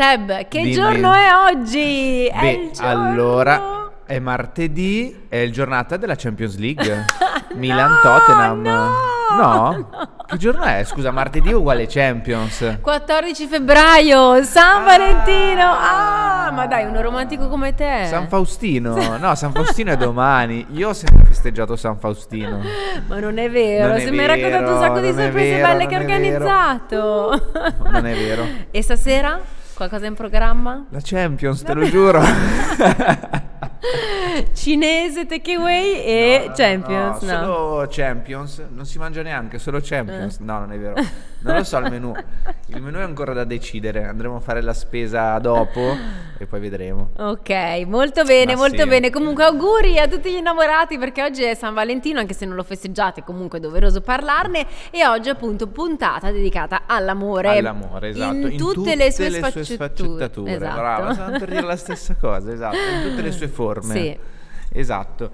Seb, che Dimmi. giorno è oggi? È il giorno... allora è martedì, è il giornata della Champions League. Milan-Tottenham. No? Che giorno è? Scusa, martedì è uguale Champions. 14 febbraio, San Valentino. Ma dai, uno romantico come te. San Faustino. No, San Faustino è domani. Io ho sempre festeggiato San Faustino. Ma non è vero, Non è se mi hai raccontato un sacco di non è sorprese vero, belle che hai non è vero. organizzato. Non è vero. E stasera? Qualcosa in programma? La Champions, te lo giuro. Cinese, takeaway e No, Champions, no. Solo Champions, non si mangia neanche, solo Champions. No, non è vero. Non lo so il menù. Il menù è ancora da decidere. Andremo a fare la spesa dopo e poi vedremo. Ok, molto bene, Ma molto sì. bene. Comunque auguri a tutti gli innamorati, perché oggi è San Valentino, anche se non lo festeggiate, comunque è doveroso parlarne. E oggi appunto puntata dedicata all'amore. All'amore, esatto. In tutte le sue sfaccettature. Esatto. Brava, stavo per dire la stessa cosa, esatto. In tutte le sue forme. Sì. Esatto.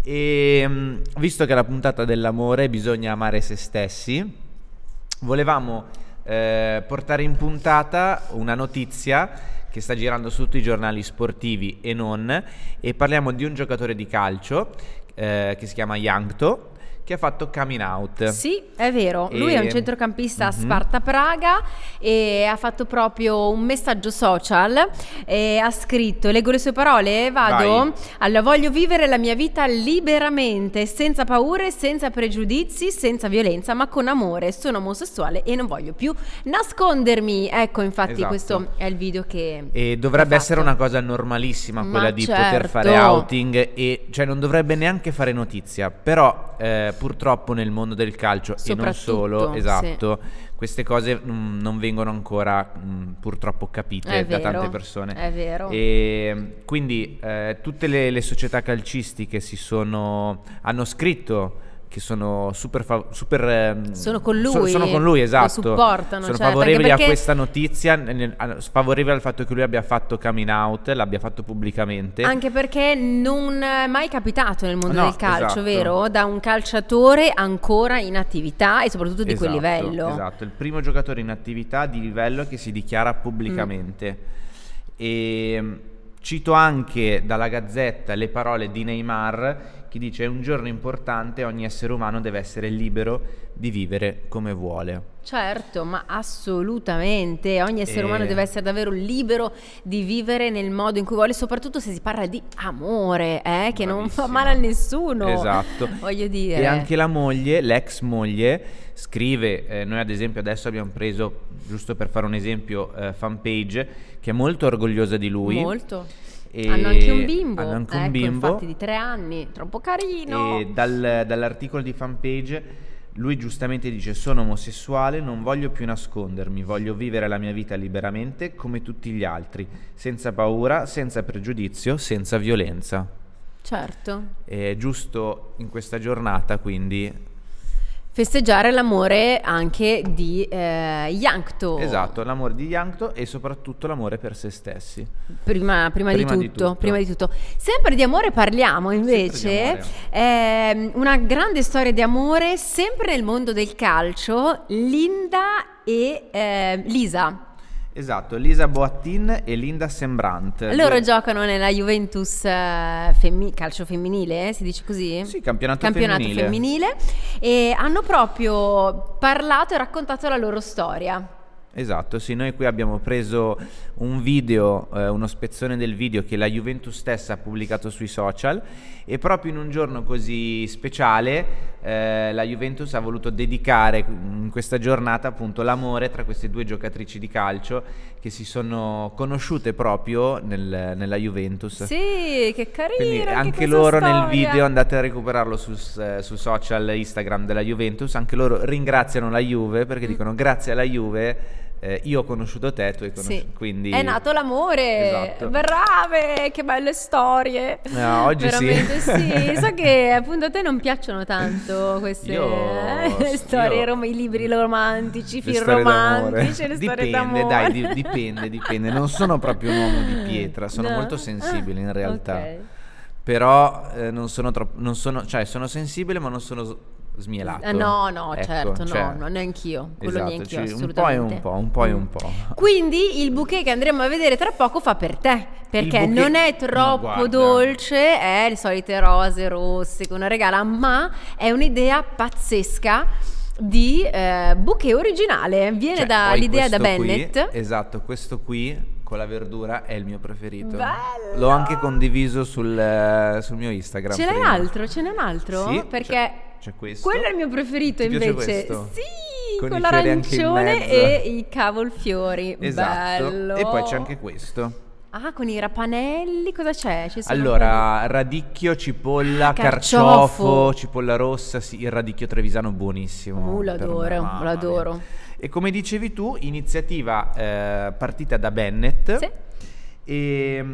E visto che è la puntata dell'amore, bisogna amare se stessi. Volevamo portare in puntata una notizia che sta girando su tutti i giornali sportivi e non, e parliamo di un giocatore di calcio che si chiama Jankto, che ha fatto coming out. Sì, è vero, lui è un centrocampista a Sparta Praga e ha fatto proprio un messaggio social e ha scritto, leggo le sue parole, vado. Vai. Allora, voglio vivere la mia vita liberamente, senza paure, senza pregiudizi, senza violenza, ma con amore. Sono omosessuale e non voglio più nascondermi. Ecco, infatti Esatto. questo è il video che E dovrebbe ha essere fatto. una cosa normalissima quella Ma di certo. poter fare outing, e cioè non dovrebbe neanche fare notizia, però purtroppo nel mondo del calcio e non solo, Soprattutto, esatto, queste cose non vengono ancora purtroppo capite È da vero, tante persone. è vero. E quindi tutte le società calcistiche hanno scritto che sono Sono con lui, sono con lui, esatto. lo supportano, sono certo, favorevoli anche perché- a questa notizia, favorevoli al fatto che lui abbia fatto coming out, l'abbia fatto pubblicamente. Anche perché non è mai capitato nel mondo No, del calcio, esatto. vero? Da un calciatore ancora in attività e soprattutto di quel livello. Esatto, il primo giocatore in attività di livello che si dichiara pubblicamente. E cito anche dalla Gazzetta le parole di Neymar, che dice: è un giorno importante, ogni essere umano deve essere libero di vivere come vuole. Certo, ma assolutamente, ogni essere umano deve essere davvero libero di vivere nel modo in cui vuole, soprattutto se si parla di amore, che non fa Bravissima. male a nessuno. Esatto. Voglio dire. E anche la moglie, l'ex moglie, scrive, noi ad esempio adesso abbiamo preso, giusto per fare un esempio, Fanpage, che è molto orgogliosa di lui. Molto. E Hanno anche un bimbo. hanno anche un Ecco, bimbo. infatti di 3 anni, troppo carino. E dall'articolo di Fanpage lui giustamente dice: sono omosessuale, non voglio più nascondermi, voglio vivere la mia vita liberamente come tutti gli altri, senza paura, senza pregiudizio, senza violenza. Certo. È giusto in questa giornata quindi Festeggiare l'amore anche di Jankto. esatto, l'amore di Jankto e soprattutto l'amore per se stessi. Prima di tutto. Sempre di amore parliamo invece. Una grande storia di amore sempre nel mondo del calcio, Linda e Lisa. Esatto, Lisa Boattin e Linda Sembrant. Loro giocano nella Juventus calcio femminile, si dice così? Sì, campionato femminile. E hanno proprio parlato e raccontato la loro storia. Esatto, sì, noi qui abbiamo preso un video, uno spezzone del video che la Juventus stessa ha pubblicato sui social, e proprio in un giorno così speciale la Juventus ha voluto dedicare in questa giornata appunto l'amore tra queste due giocatrici di calcio che si sono conosciute proprio nella Juventus. Sì, che carino. Quindi anche loro nel video, andate a recuperarlo su social Instagram della Juventus, anche loro ringraziano la Juve perché dicono: grazie alla Juve io ho conosciuto te, tu hai conosciuto, Sì. quindi è nato l'amore. Esatto. Brave, che belle storie. No, oggi veramente sì. So che appunto a te non piacciono tanto queste storie, i libri romantici, le film storie romantici, d'amore. le storie Dipende, d'amore. dai, dipende. Non sono proprio un uomo di pietra, sono No? molto sensibile in realtà. Ok. Però non sono troppo, cioè sono sensibile, ma non sono smielato. No, ecco, certo, cioè, no, neanch'io, quello esatto, neanch'io, un po' e assolutamente. un po', un po' e un po'. Quindi il bouquet che andremo a vedere tra poco fa per te, perché bouquet- non è ma troppo guarda. dolce, è le solite rose rosse che uno regala, ma è un'idea pazzesca di bouquet originale, viene Cioè, dall'idea da poi questo Bennett. qui, esatto, questo qui con la verdura è il mio preferito. Bello! L'ho anche condiviso sul mio Instagram. Ce n'è prima. un altro? Sì, Perché c'è questo. quello è il mio preferito Ti piace invece. questo? Sì, Con con i fiori anche in l'arancione mezzo. e i cavolfiori. Esatto. Bello. E poi c'è anche questo. Ah, con i rapanelli, cosa c'è? Ci sono Allora, radicchio, cipolla, carciofo. carciofo, cipolla rossa, sì, il radicchio trevisano buonissimo. Lo per me, adoro, mamma lo adoro. mia. E come dicevi tu, iniziativa partita da Bennett. Sì. E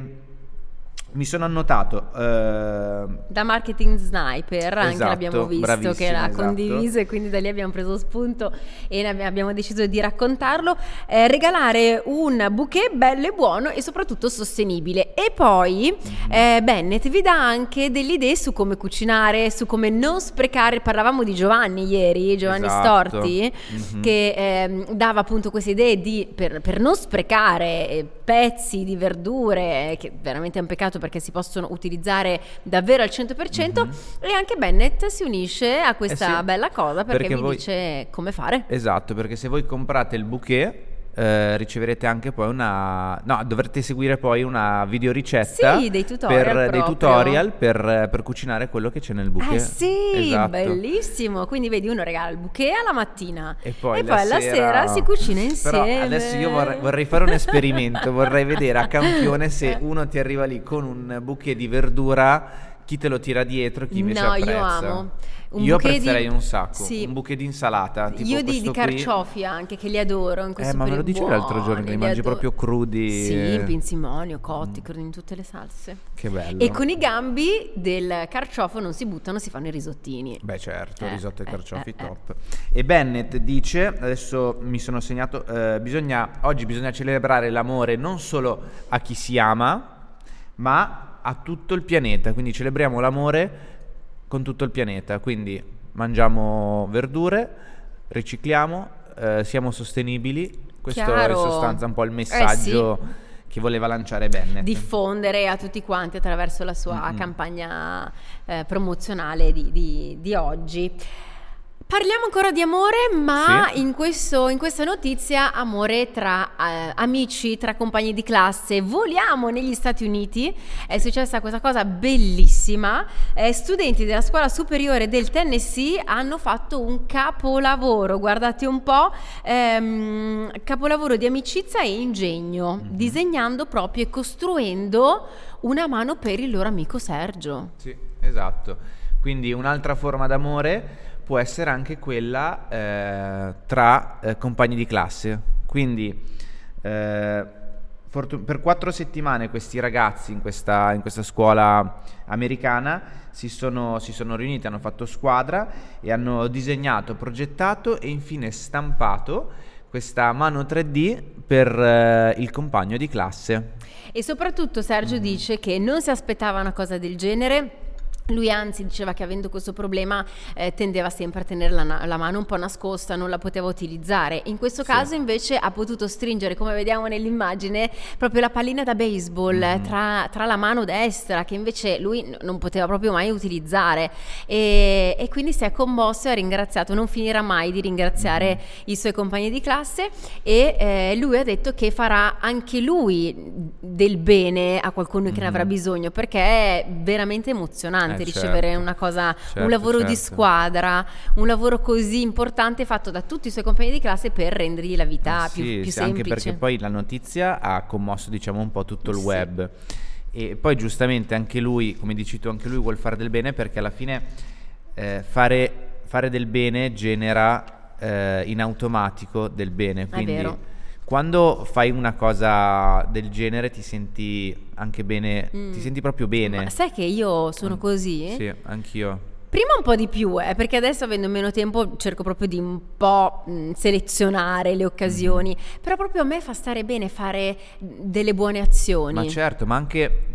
mi sono annotato Da Marketing Sniper, anche esatto, l'abbiamo visto bravissimo, che l'ha esatto. condiviso, e quindi da lì abbiamo preso spunto e abbiamo deciso di raccontarlo. Regalare un bouquet bello e buono e soprattutto sostenibile. E poi Bennett vi dà anche delle idee su come cucinare, su come non sprecare. Parlavamo di Giovanni ieri, Giovanni Esatto. Storti, che dava appunto queste idee per non sprecare pezzi di verdure, che veramente è un peccato perché si possono utilizzare davvero al 100%, e anche Bennett si unisce a questa sì, bella cosa perché vi voi- dice come fare. Esatto, perché se voi comprate il bouquet riceverete anche poi dovrete seguire poi una videoricetta Sì, dei tutorial dei proprio. tutorial per cucinare quello che c'è nel bouquet. Sì, Esatto. bellissimo. Quindi vedi, uno regala il bouquet alla mattina E poi alla sera si cucina insieme. Però adesso io vorrei fare un esperimento, vorrei vedere a campione se uno ti arriva lì con un bouquet di verdura, chi te lo tira dietro, chi invece No, apprezza. io amo. Un Io bouquet apprezzerei un sacco, sì. un bouquet di insalata, tipo Io di questo qui. carciofi anche, che li adoro in questo Ma me lo periodo. dicevi l'altro giorno che li mangi adoro. proprio crudi. Sì, in pinzimonio, cotti, crudi in tutte le salse. Che bello. E con i gambi del carciofo non si buttano, si fanno i risottini. Beh certo, risotto e carciofi eh. top. E Bennett dice, adesso mi sono segnato, oggi bisogna celebrare l'amore non solo a chi si ama, ma a tutto il pianeta. Quindi celebriamo l'amore con tutto il pianeta. Quindi mangiamo verdure, ricicliamo, siamo sostenibili. Questo è in Chiaro. sostanza un po' il messaggio che voleva lanciare Bennett. Diffondere a tutti quanti attraverso la sua campagna promozionale di oggi. Parliamo ancora di amore, ma Sì. in questa notizia amore tra amici, tra compagni di classe. Voliamo negli Stati Uniti, è successa questa cosa bellissima. Studenti della scuola superiore del Tennessee hanno fatto un capolavoro, guardate un po', capolavoro di amicizia e ingegno, disegnando proprio e costruendo una mano per il loro amico Sergio. Sì, esatto. Quindi un'altra forma d'amore può essere anche quella tra compagni di classe. Quindi per 4 settimane questi ragazzi in questa scuola americana si sono riuniti, hanno fatto squadra e hanno disegnato, progettato e infine stampato questa mano 3D per il compagno di classe. E soprattutto Sergio dice che non si aspettava una cosa del genere. Lui anzi diceva che avendo questo problema tendeva sempre a tenere la mano un po' nascosta, non la poteva utilizzare. In questo caso invece ha potuto stringere, come vediamo nell'immagine, proprio la pallina da baseball tra la mano destra, che invece lui non poteva proprio mai utilizzare, e quindi si è commosso e ha ringraziato, non finirà mai di ringraziare i suoi compagni di classe, e lui ha detto che farà anche lui del bene a qualcuno che ne avrà bisogno, perché è veramente emozionante ricevere certo. una cosa, Certo, un lavoro di certo. squadra, un lavoro così importante fatto da tutti i suoi compagni di classe per rendergli la vita più Sì, semplice. anche perché poi la notizia ha commosso, diciamo, un po' tutto il Sì. web, e poi giustamente anche lui, come dici tu, anche lui vuol fare del bene, perché alla fine fare del bene genera in automatico del bene, quindi vero. quando fai una cosa del genere ti senti anche bene, ti senti proprio bene. Ma sai che io sono così? Sì, anch'io. Prima un po' di più, perché adesso avendo meno tempo cerco proprio di un po' selezionare le occasioni, però proprio a me fa stare bene fare delle buone azioni. Ma certo, ma anche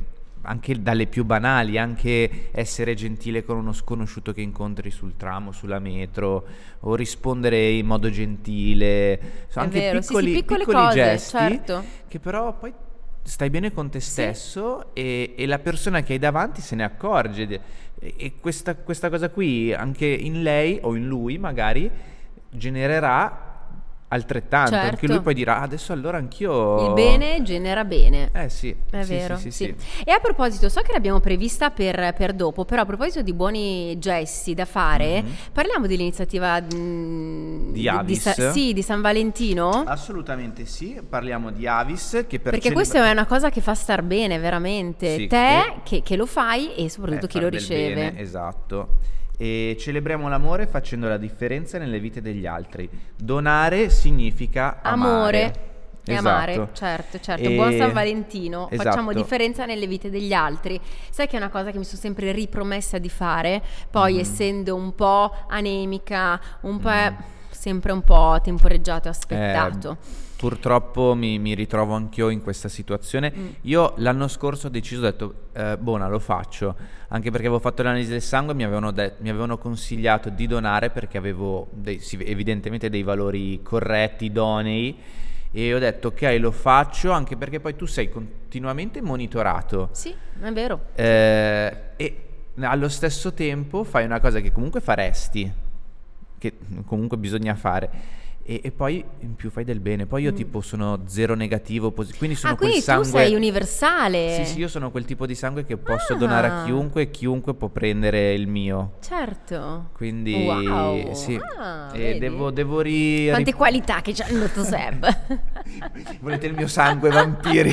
anche dalle più banali, anche essere gentile con uno sconosciuto che incontri sul tram o sulla metro, o rispondere in modo gentile, sono anche vero, piccole piccoli cose, gesti, certo. che però poi stai bene con te stesso, e la persona che hai davanti se ne accorge, e questa cosa qui anche in lei o in lui magari genererà altrettanto, Certo. anche lui poi dirà adesso allora anch'io... Il bene genera bene. Sì, È sì, vero, sì, sì. sì. E a proposito, so che l'abbiamo prevista per dopo, però a proposito di buoni gesti da fare, parliamo dell'iniziativa Di Avis? di San Valentino? Assolutamente sì, parliamo di Avis, che Perché questa è una cosa che fa star bene, veramente. Sì, Te che lo fai e soprattutto chi far lo del riceve. bene, esatto. E celebriamo l'amore facendo la differenza nelle vite degli altri. Donare significa amare. E Esatto. amare, certo. E- Buon San Valentino, Esatto. facciamo differenza nelle vite degli altri. Sai che è una cosa che mi sono sempre ripromessa di fare, poi essendo un po' anemica, sempre un po' temporeggiato e aspettato. Purtroppo mi ritrovo anch'io in questa situazione. Io l'anno scorso ho deciso, ho detto buona, lo faccio, anche perché avevo fatto l'analisi del sangue e mi avevano consigliato di donare perché avevo evidentemente dei valori corretti, idonei, e ho detto ok, lo faccio, anche perché poi tu sei continuamente monitorato. Sì, è vero. E allo stesso tempo fai una cosa che comunque faresti, che comunque bisogna fare, e poi in più fai del bene. Poi io tipo sono zero negativo, quindi sono quel Quindi sangue... tu sei universale. Sì, io sono quel tipo di sangue che posso donare a chiunque, e chiunque può prendere il mio. Certo. Quindi Wow. sì, e Vedi? devo Quante qualità che c'ha il nostro Seb. Volete il mio sangue, vampiri?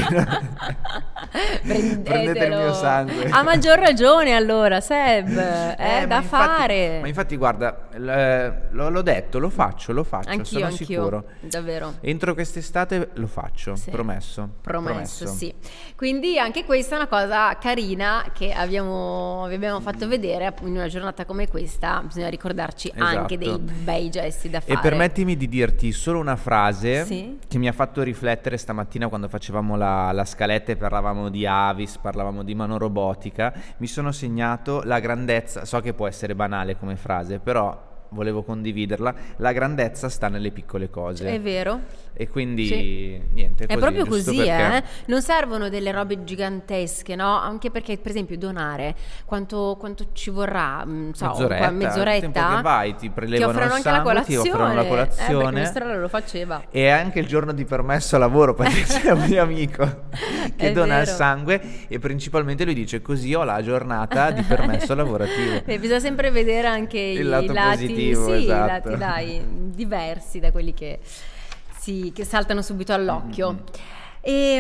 Prendete il mio sangue. A maggior ragione allora, Seb, è da fare. Ma infatti guarda, l'ho detto, lo faccio, Anch'io, sono sicuro. davvero. Entro quest'estate lo faccio, Sì. promesso. Sì. Quindi anche questa è una cosa carina che vi abbiamo fatto vedere in una giornata come questa. Bisogna ricordarci anche dei Esatto. bei gesti da fare. E permettimi di dirti solo una frase Sì. che mi ha fatto riflettere stamattina quando facevamo la scaletta e parlavamo di Avis, parlavamo di manorobotica. Mi sono segnato la grandezza, so che può essere banale come frase, però volevo condividerla. La grandezza sta nelle piccole cose. È vero. E quindi Sì. niente, È così, proprio giusto così, perché... Non servono delle robe gigantesche, no? Anche perché, per esempio, donare, quanto ci vorrà? Mezz'oretta, il mezz'oretta? tempo che vai, ti prelevano Ti offrono il anche la sangue, ti colazione. offrono la colazione. Perché mia sorella lo faceva. E anche il giorno di permesso a lavoro, perché c'è un mio amico che È dona il vero. sangue, e principalmente lui dice così ho la giornata di permesso lavorativo. E bisogna sempre vedere anche i lato lati, positivo, sì, esatto. i lati, dai, diversi da quelli che saltano subito all'occhio. E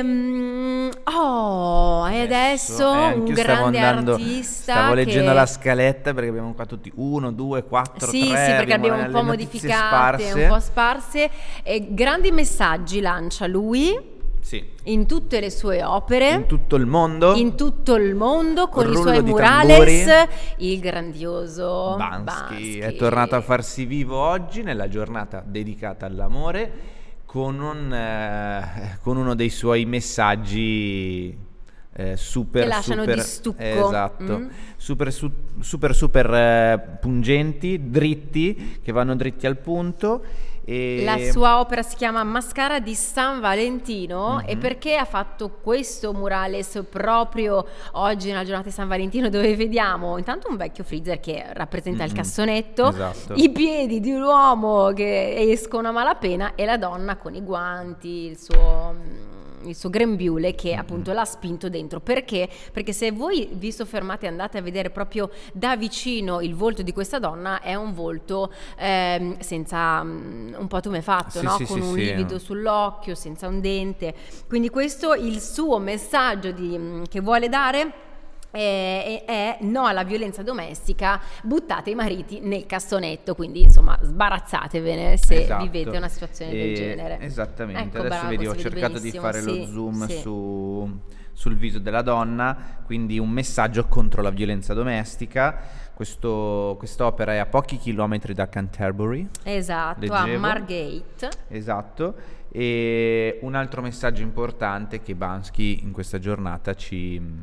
adesso un anch'io stavo grande artista stavo leggendo che... la scaletta, perché abbiamo qua tutti 1, 2, 4, Sì, 3, sì, perché abbiamo un le po' notizie modificate, sparse. un po' sparse. E grandi messaggi lancia lui Sì. in tutte le sue opere. In tutto il mondo. In tutto il mondo, con i Rullo suoi di murales, tamburi. il grandioso Bansky è tornato a farsi vivo oggi nella giornata dedicata all'amore con uno dei suoi messaggi super Che lasciano super di stucco. esatto, super pungenti, dritti, che vanno dritti al punto. E La sua opera si chiama Mascara di San Valentino. E perché ha fatto questo murales proprio oggi nella giornata di San Valentino, dove vediamo intanto un vecchio freezer che rappresenta il cassonetto, Esatto. i piedi di un uomo che escono a malapena e la donna con i guanti, il suo grembiule che appunto l'ha spinto dentro. Perché? Perché se voi vi soffermate e andate a vedere proprio da vicino il volto di questa donna, è un volto senza un po' tumefatto, Sì, no? sì, Con sì, un sì. livido sull'occhio, senza un dente. Quindi questo il suo messaggio che vuole dare è no alla violenza domestica, buttate i mariti nel cassonetto, quindi insomma sbarazzatevene se Esatto. vivete una situazione del genere. Esattamente. Ecco, Adesso bravo, vedi, ho si vede cercato di benissimo, fare sì, lo zoom sì. sul viso della donna, quindi un messaggio contro la violenza domestica. Quest'opera è a pochi chilometri da Canterbury. Esatto, a Leggevo. Margate. Esatto. E un altro messaggio importante che Bansky in questa giornata ci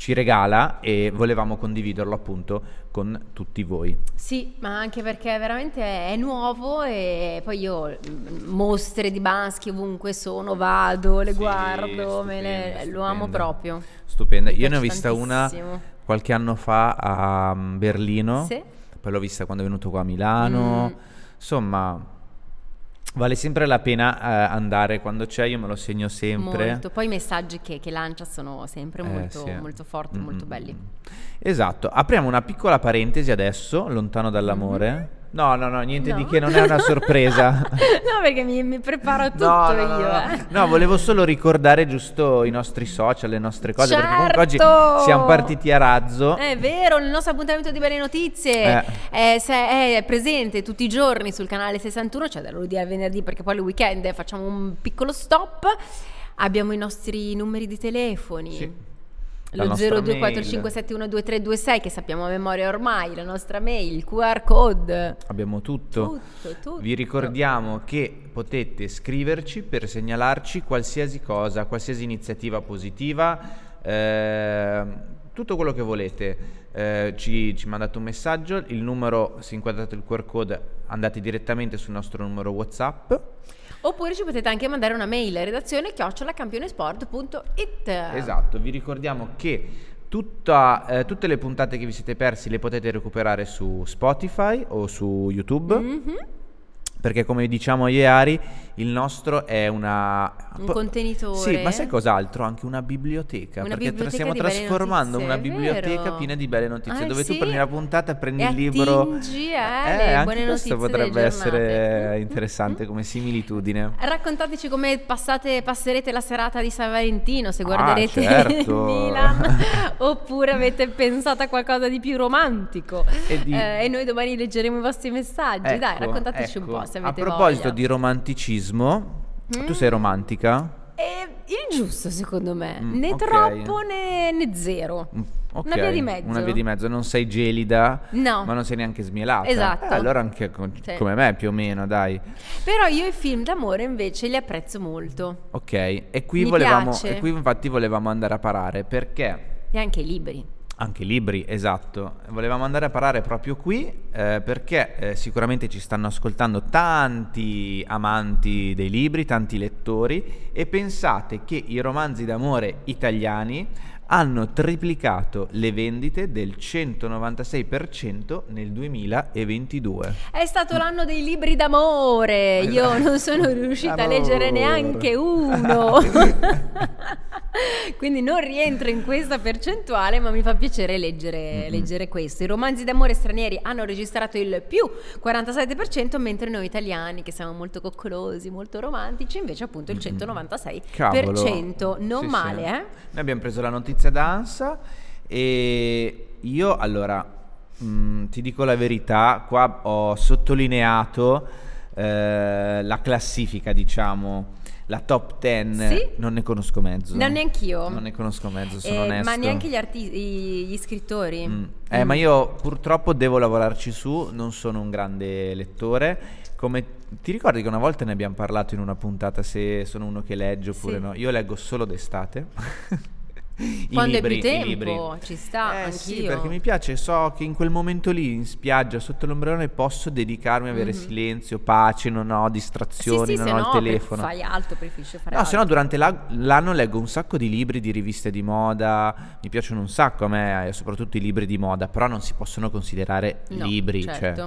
ci regala e volevamo condividerlo appunto con tutti voi. Sì, ma anche perché veramente è nuovo e poi io mostre di Bansky ovunque sono, vado, le guardo, lo amo proprio. Stupenda, io ne ho vista una qualche anno fa a Berlino, poi l'ho vista quando è venuto qua a Milano, insomma... Vale sempre la pena andare quando c'è, io me lo segno sempre. Molto, poi i messaggi che lancia sono sempre molto forti, molto belli. Esatto, apriamo una piccola parentesi adesso, lontano dall'amore. No, niente di che, non è una sorpresa. No, perché mi preparo tutto io. No, volevo solo ricordare giusto i nostri social, le nostre cose, certo! Perché comunque oggi siamo partiti a razzo. È vero, il nostro appuntamento di Belle Notizie è presente tutti i giorni sul canale 61, cioè da lunedì al venerdì, perché poi il weekend facciamo un piccolo stop. Abbiamo i nostri numeri di telefoni. Sì. Lo 0245712326 che sappiamo a memoria ormai, la nostra mail, il QR code. Abbiamo tutto. Vi ricordiamo che potete scriverci per segnalarci qualsiasi cosa, qualsiasi iniziativa positiva, tutto quello che volete. Ci mandate un messaggio, il numero, se inquadrate il QR code andate direttamente sul nostro numero WhatsApp. Oppure ci potete anche mandare una mail a redazione@campionesport.it. Esatto, vi ricordiamo che tutte le puntate che vi siete persi le potete recuperare su Spotify o su YouTube. Perché come diciamo io e Ari, il nostro è un contenitore. Sì, ma sai cos'altro? Anche una biblioteca. Perché stiamo trasformando una biblioteca piena di belle notizie. Dove tu prendi la puntata, prendi il libro. Anche buone questo potrebbe essere interessante come similitudine. Raccontateci come passerete la serata di San Valentino, se guarderete certo. Milan, oppure avete pensato a qualcosa di più romantico. E noi domani leggeremo i vostri messaggi. Dai, raccontateci un po'. A proposito di romanticismo, tu sei romantica? Il giusto secondo me, né troppo né zero. Una via di mezzo. Una via di mezzo, non sei gelida, no, ma non sei neanche smielata. Esatto. Allora anche come me più o meno, dai. Però io i film d'amore invece li apprezzo molto. Ok, e qui piace. infatti volevamo andare a parare, perché? E anche i libri. Anche libri, esatto. Volevamo andare a parare proprio qui perché sicuramente ci stanno ascoltando tanti amanti dei libri, tanti lettori, e pensate che i romanzi d'amore italiani hanno triplicato le vendite del 196% nel 2022. È stato l'anno dei libri d'amore. Io non sono riuscita a leggere neanche uno. Quindi non rientro in questa percentuale, ma mi fa piacere leggere questo. I romanzi d'amore stranieri hanno registrato il più 47%, mentre noi italiani, che siamo molto coccolosi, molto romantici, invece appunto il 196%. Cavolo. Non male, sì. Noi abbiamo preso la notizia d'Ansa e io, allora, ti dico la verità, qua ho sottolineato la classifica, diciamo, la top 10, sì? Non ne conosco mezzo. Non neanch'io. Non ne conosco mezzo, sono onesto. Ma neanche gli scrittori. Ma io purtroppo devo lavorarci su, non sono un grande lettore. Come ti ricordi che una volta ne abbiamo parlato in una puntata, se sono uno che legge oppure no? Io leggo solo d'estate. Quando hai più tempo, ci sta, anch'io. Sì, perché mi piace, so che in quel momento lì in spiaggia sotto l'ombrellone posso dedicarmi a avere silenzio, pace, non ho distrazioni, non ho il telefono. Fai altro, preferisci fare altro. Se no durante l'anno leggo un sacco di libri, di riviste di moda, mi piacciono un sacco a me, soprattutto i libri di moda, però non si possono considerare libri, certo.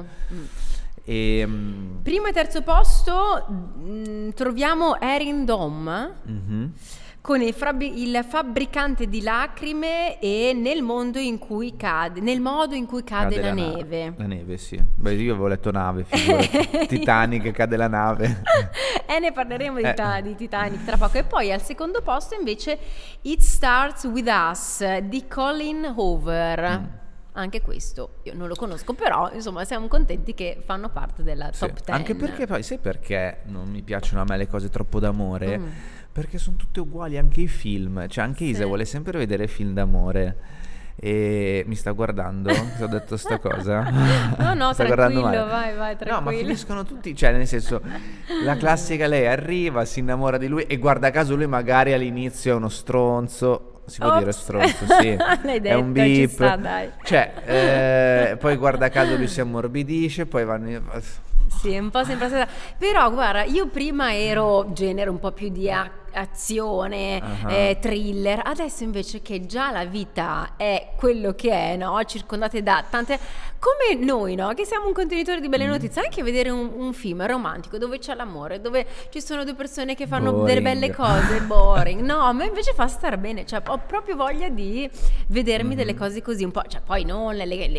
Primo e terzo posto troviamo Erin Dom con il fabbricante di lacrime e nel modo in cui cade la neve. La neve, sì. Beh, io avevo letto nave, figurati. Titanic, cade la nave. Ne parleremo di Titanic tra poco. E poi al secondo posto invece It Starts With Us di Colin Hoover. Anche questo io non lo conosco, però insomma siamo contenti che fanno parte della top 10. Anche perché poi sai perché non mi piacciono a me le cose troppo d'amore? Perché sono tutte uguali, anche i film. Cioè anche Isa vuole sempre vedere film d'amore e mi sta guardando che ho detto sta cosa. No, tranquillo, vai tranquillo. No, ma finiscono tutti, cioè nel senso, la classica, lei arriva, si innamora di lui e guarda caso lui magari all'inizio è uno stronzo. Si può dire stronzo, sì. L'hai detto, è un beep. ci sta, dai. Cioè, poi guarda caso lui si ammorbidisce, poi vanno... Sì, un po' sempre stata. Però guarda, io prima ero genere un po' più di azione, thriller. Adesso invece che già la vita è quello che è, no? Circondate da tante... Come noi, no? Che siamo un contenitore di belle notizie. Anche vedere un film romantico dove c'è l'amore, dove ci sono due persone che fanno delle belle cose, boring. No, a me invece fa star bene. Cioè, ho proprio voglia di vedermi delle cose così un po'... Cioè, poi non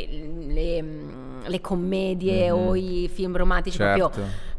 le commedie o i film romantici proprio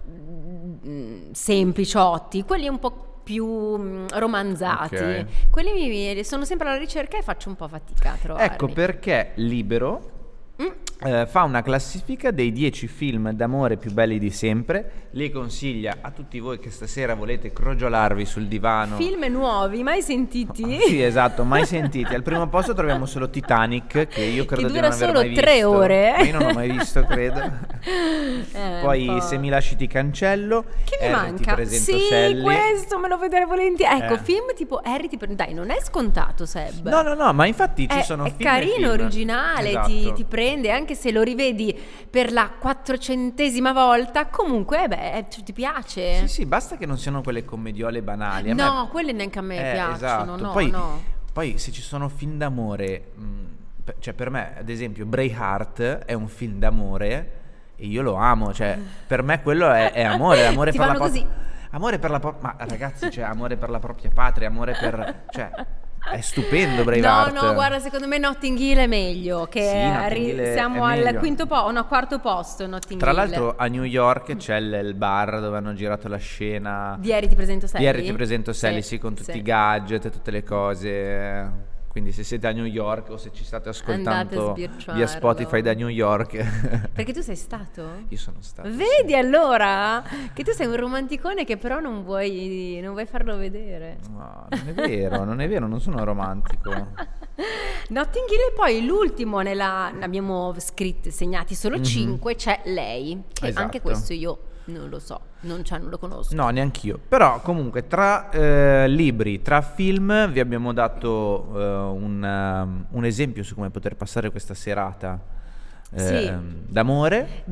sempliciotti, quelli un po' più romanzati, quelli sono sempre alla ricerca e faccio un po' fatica a trovarli. Ecco perché Libero fa una classifica dei 10 film d'amore più belli di sempre. Li consiglia a tutti voi che stasera volete crogiolarvi sul divano. Film nuovi, mai sentiti? Sì, esatto, mai sentiti. Al primo posto troviamo solo Titanic, che io credo di non aver mai visto. Dura solo 3 ore. Ma io non l'ho mai visto, credo. Poi Se mi lasci ti cancello. Che mi manca? Ti presento sì, Sally. questo me lo vedrei volentieri. Ecco, film tipo Harry ti presento. Dai, non è scontato, Seb. No, ma infatti ci sono film. È carino, originale, esatto. ti prende, anche se lo rivedi per la 400esima volta, comunque ti piace. Sì, basta che non siano quelle commediole banali. Quelle neanche a me piacciono. Esatto. No. Poi se ci sono film d'amore, cioè per me ad esempio Braveheart è un film d'amore e io lo amo, cioè per me quello è amore, amore ti per la così. Amore per la ma ragazzi, cioè amore per la propria patria, amore per, cioè è stupendo Braveheart. No, guarda, secondo me Notting Hill è meglio, che siamo al quarto posto Notting Hill. Tra l'altro a New York c'è il bar dove hanno girato la scena di Harry ti presento Sally. Sì, con tutti i gadget e tutte le cose. Quindi se siete a New York o se ci state ascoltando via Spotify da New York. Perché tu sei stato? Io sono stato. Vedi allora che tu sei un romanticone che però non vuoi farlo vedere. No, non è vero, non sono romantico. Notting Hill e poi l'ultimo ne abbiamo segnati solo 5, c'è Lei, che esatto. Anche questo io non lo so, non lo conosco. No, neanch'io. Però comunque tra libri, tra film vi abbiamo dato un esempio su come poter passare questa serata d'amore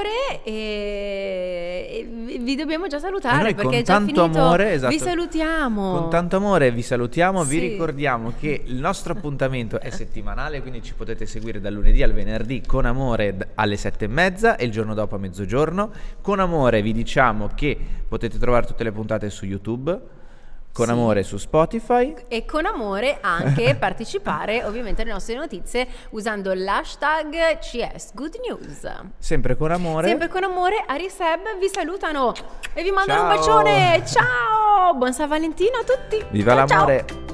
e vi dobbiamo già salutare perché è già tanto finito. Amore, esatto. Vi salutiamo con tanto amore, vi salutiamo. Sì. Vi ricordiamo che il nostro appuntamento è settimanale, quindi ci potete seguire dal lunedì al venerdì con Amore alle 7:30 e il giorno dopo a mezzogiorno. Con Amore vi diciamo che potete trovare tutte le puntate su YouTube, con Amore su Spotify e con Amore anche partecipare ovviamente alle nostre notizie usando l'hashtag CS Good News. Sempre con Amore, Ari Seb vi salutano e vi mandano un bacione. Ciao, buon San Valentino a tutti. Viva ciao, l'amore. ciao.